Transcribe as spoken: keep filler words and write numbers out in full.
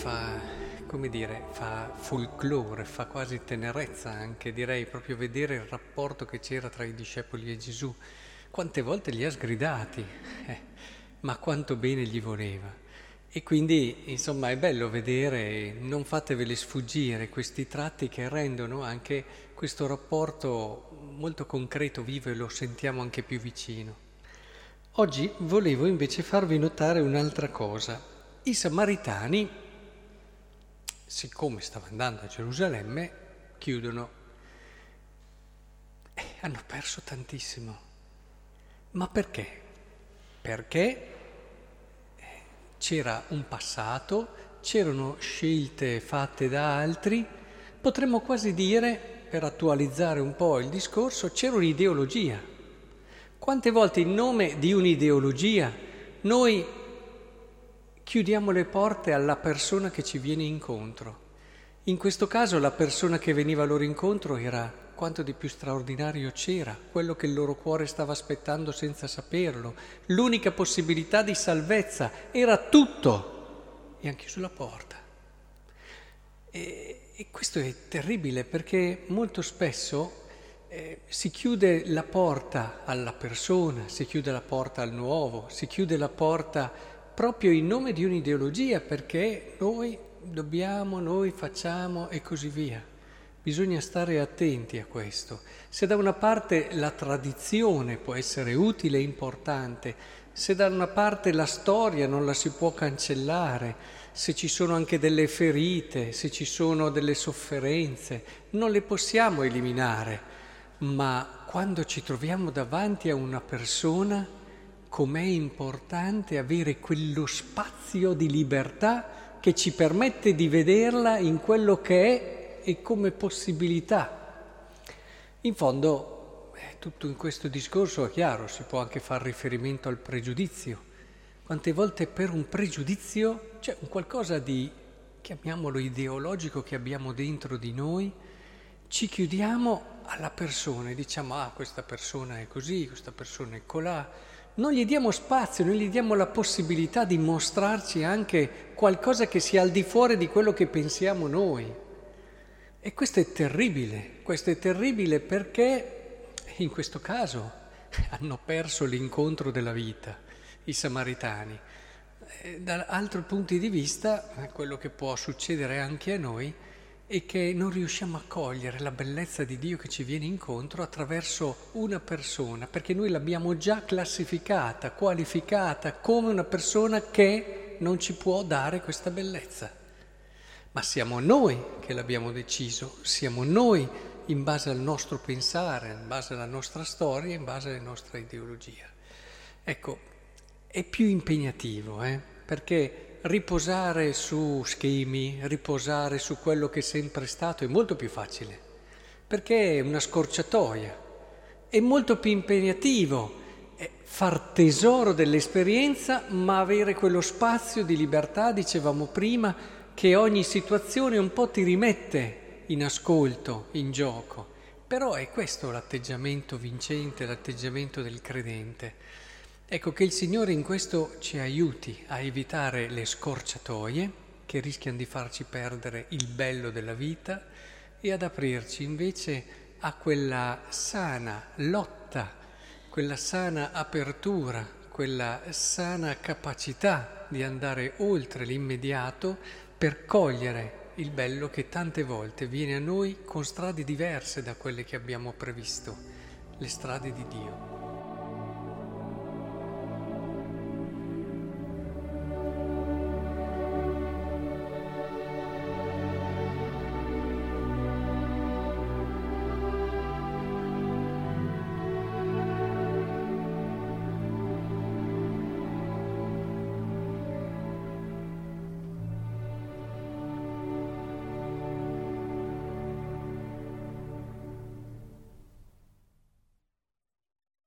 fa, come dire, fa folklore, fa quasi tenerezza anche, direi, proprio vedere il rapporto che c'era tra i discepoli e Gesù. Quante volte li ha sgridati, eh, ma quanto bene gli voleva. E quindi, insomma, è bello vedere, non fateveli sfuggire questi tratti che rendono anche questo rapporto molto concreto, vivo, e lo sentiamo anche più vicino. Oggi volevo invece farvi notare un'altra cosa. I Samaritani, siccome stava andando a Gerusalemme, chiudono. Eh, hanno perso tantissimo. Ma perché? Perché c'era un passato, c'erano scelte fatte da altri, potremmo quasi dire, per attualizzare un po' il discorso, c'era un'ideologia. Quante volte in nome di un'ideologia noi chiudiamo le porte alla persona che ci viene incontro? In questo caso la persona che veniva loro incontro era quanto di più straordinario c'era, quello che il loro cuore stava aspettando senza saperlo, l'unica possibilità di salvezza, era tutto, e hanno chiuso la porta. E, e questo è terribile perché molto spesso eh, si chiude la porta alla persona, si chiude la porta al nuovo, si chiude la porta proprio in nome di un'ideologia, perché noi dobbiamo, noi facciamo e così via. Bisogna stare attenti a questo. Se da una parte la tradizione può essere utile e importante, se da una parte la storia non la si può cancellare, se ci sono anche delle ferite, se ci sono delle sofferenze, non le possiamo eliminare, ma quando ci troviamo davanti a una persona, com'è importante avere quello spazio di libertà che ci permette di vederla in quello che è e come possibilità. In fondo, eh, tutto in questo discorso è chiaro, si può anche far riferimento al pregiudizio. Quante volte per un pregiudizio c'è un qualcosa di, chiamiamolo ideologico, che abbiamo dentro di noi, ci chiudiamo alla persona e diciamo, ah, questa persona è così, questa persona è colà. Non gli diamo spazio, non gli diamo la possibilità di mostrarci anche qualcosa che sia al di fuori di quello che pensiamo noi. E questo è terribile, questo è terribile perché in questo caso hanno perso l'incontro della vita, i Samaritani. E da altri punti di vista, quello che può succedere anche a noi è che non riusciamo a cogliere la bellezza di Dio che ci viene incontro attraverso una persona, perché noi l'abbiamo già classificata, qualificata come una persona che non ci può dare questa bellezza. Ma siamo noi che l'abbiamo deciso, siamo noi in base al nostro pensare, in base alla nostra storia, in base alla nostra ideologia. Ecco, è più impegnativo, eh? Perché riposare su schemi, riposare su quello che è sempre stato è molto più facile, perché è una scorciatoia, è molto più impegnativo far tesoro dell'esperienza, ma avere quello spazio di libertà, dicevamo prima, che ogni situazione un po' ti rimette in ascolto, in gioco. Però è questo l'atteggiamento vincente, l'atteggiamento del credente. Ecco, che il Signore in questo ci aiuti a evitare le scorciatoie che rischiano di farci perdere il bello della vita e ad aprirci invece a quella sana lotta, quella sana apertura, quella sana capacità di andare oltre l'immediato per cogliere il bello che tante volte viene a noi con strade diverse da quelle che abbiamo previsto, le strade di Dio.